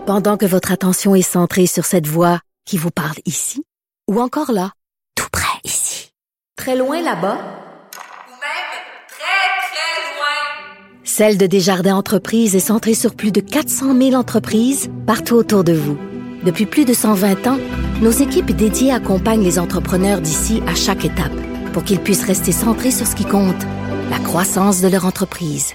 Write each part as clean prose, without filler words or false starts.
Pendant que votre attention est centrée sur cette voix qui vous parle ici, ou encore là, tout près ici, très loin là-bas, ou même très, très loin. Celle de Desjardins Entreprises est centrée sur plus de 400 000 entreprises partout autour de vous. Depuis plus de 120 ans, nos équipes dédiées accompagnent les entrepreneurs d'ici à chaque étape pour qu'ils puissent rester centrés sur ce qui compte, la croissance de leur entreprise.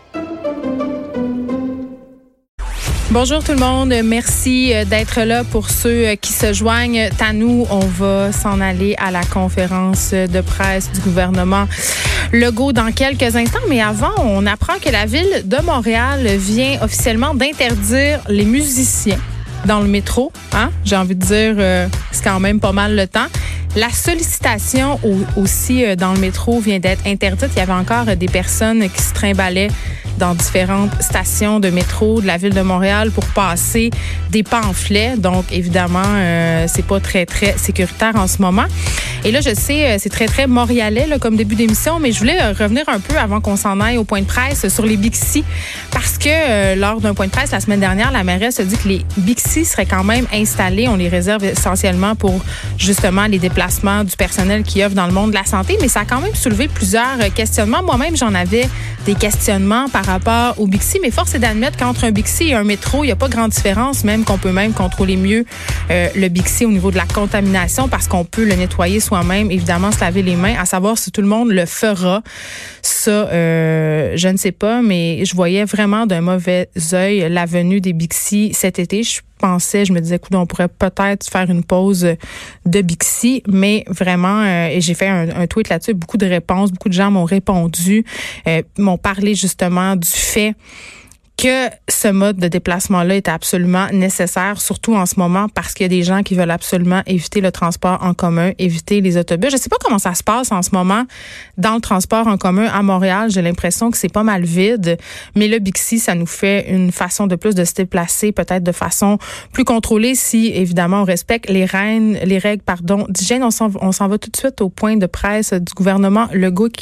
Bonjour tout le monde, merci d'être là. Pour ceux qui se joignent à nous, on va s'en aller à la conférence de presse du gouvernement Legault dans quelques instants. Mais avant, on apprend que la ville de Montréal vient officiellement d'interdire les musiciens dans le métro. J'ai envie de dire, c'est quand même pas mal le temps. La sollicitation aussi dans le métro vient d'être interdite. Il y avait encore des personnes qui se trimballaient dans différentes stations de métro de la ville de Montréal pour passer des pamphlets. Donc, évidemment, c'est pas très, très sécuritaire en ce moment. Et là, je sais, c'est très, très montréalais là, comme début d'émission, mais je voulais revenir un peu avant qu'on s'en aille au point de presse sur les Bixi. Parce que lors d'un point de presse la semaine dernière, la mairesse a dit que les Bixi seraient quand même installés. On les réserve essentiellement pour justement les déplacements du personnel qui œuvre dans le monde de la santé. Mais ça a quand même soulevé plusieurs questionnements. Moi-même, j'en avais des questionnements par rapport au Bixi, mais force est d'admettre qu'entre un Bixi et un métro, il n'y a pas grande différence, même qu'on peut même contrôler mieux le Bixi au niveau de la contamination parce qu'on peut le nettoyer soi-même, évidemment se laver les mains. À savoir si tout le monde le fera, ça, je ne sais pas, mais je voyais vraiment d'un mauvais œil la venue des Bixi cet été. Je me disais, écoute, on pourrait peut-être faire une pause de Bixi, mais vraiment, et j'ai fait un tweet là-dessus, beaucoup de réponses, beaucoup de gens m'ont répondu, m'ont parlé justement du fait que ce mode de déplacement-là est absolument nécessaire, surtout en ce moment, parce qu'il y a des gens qui veulent absolument éviter le transport en commun, éviter les autobus. Je sais pas comment ça se passe en ce moment dans le transport en commun à Montréal. J'ai l'impression que c'est pas mal vide, mais le Bixi, ça nous fait une façon de plus de se déplacer, peut-être de façon plus contrôlée si, évidemment, on respecte les règles d'hygiène. On s'en va tout de suite au point de presse du gouvernement Legault